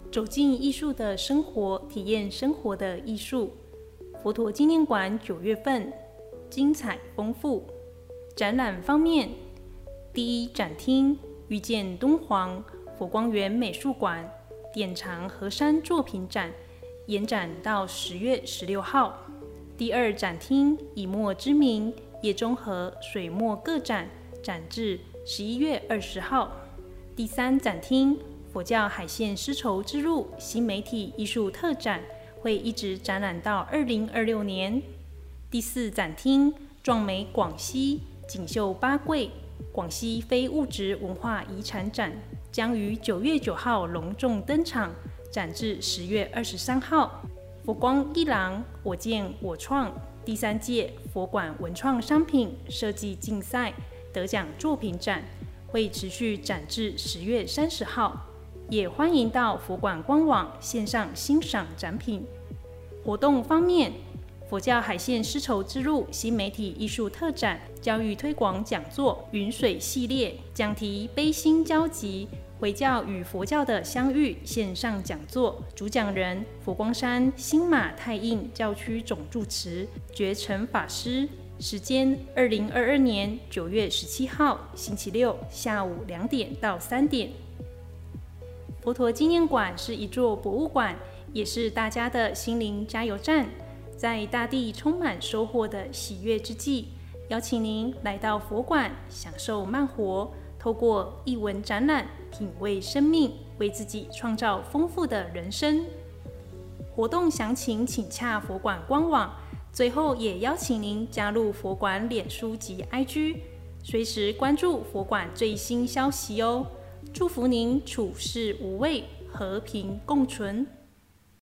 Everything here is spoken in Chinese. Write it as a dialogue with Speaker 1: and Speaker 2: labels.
Speaker 1: 走进艺术的生活，体验生活的艺术。佛陀纪念馆9月份精彩丰富。展览方面，第一展厅遇见敦煌佛光园美术馆典藏河山作品展，延展到10月16号。第二展厅以墨之名叶中和水墨个展，展至11月20号。第三展厅佛教海线丝绸之路新媒体艺术特展，会一直展览到2026年。第四展厅壮美广西锦绣八桂广西非物质文化遗产展，将于9月9号隆重登场，展至10月23号。佛光一廊我见我创第3届佛馆文创商品设计竞赛得奖作品展，会持续展至10月30号，也欢迎到佛馆官网线上欣赏展品。活动方面，佛教海线丝绸之路新媒体艺术特展教育推广讲座云水系列，讲题悲心交集，回教与佛教的相遇线上讲座，主讲人佛光山新马太印教区总住持觉诚法师，时间2022年9月17号星期六下午2点到3点。佛陀纪念馆是一座博物馆，也是大家的心灵加油站。在大地充满收获的喜悦之际，邀请您来到佛馆，享受慢活，透过艺文展览品味生命，为自己创造丰富的人生。活动详情请洽佛馆官网。最后也邀请您加入佛馆脸书及 IG， 随时关注佛馆最新消息哦。祝福您处事无畏，和平共存。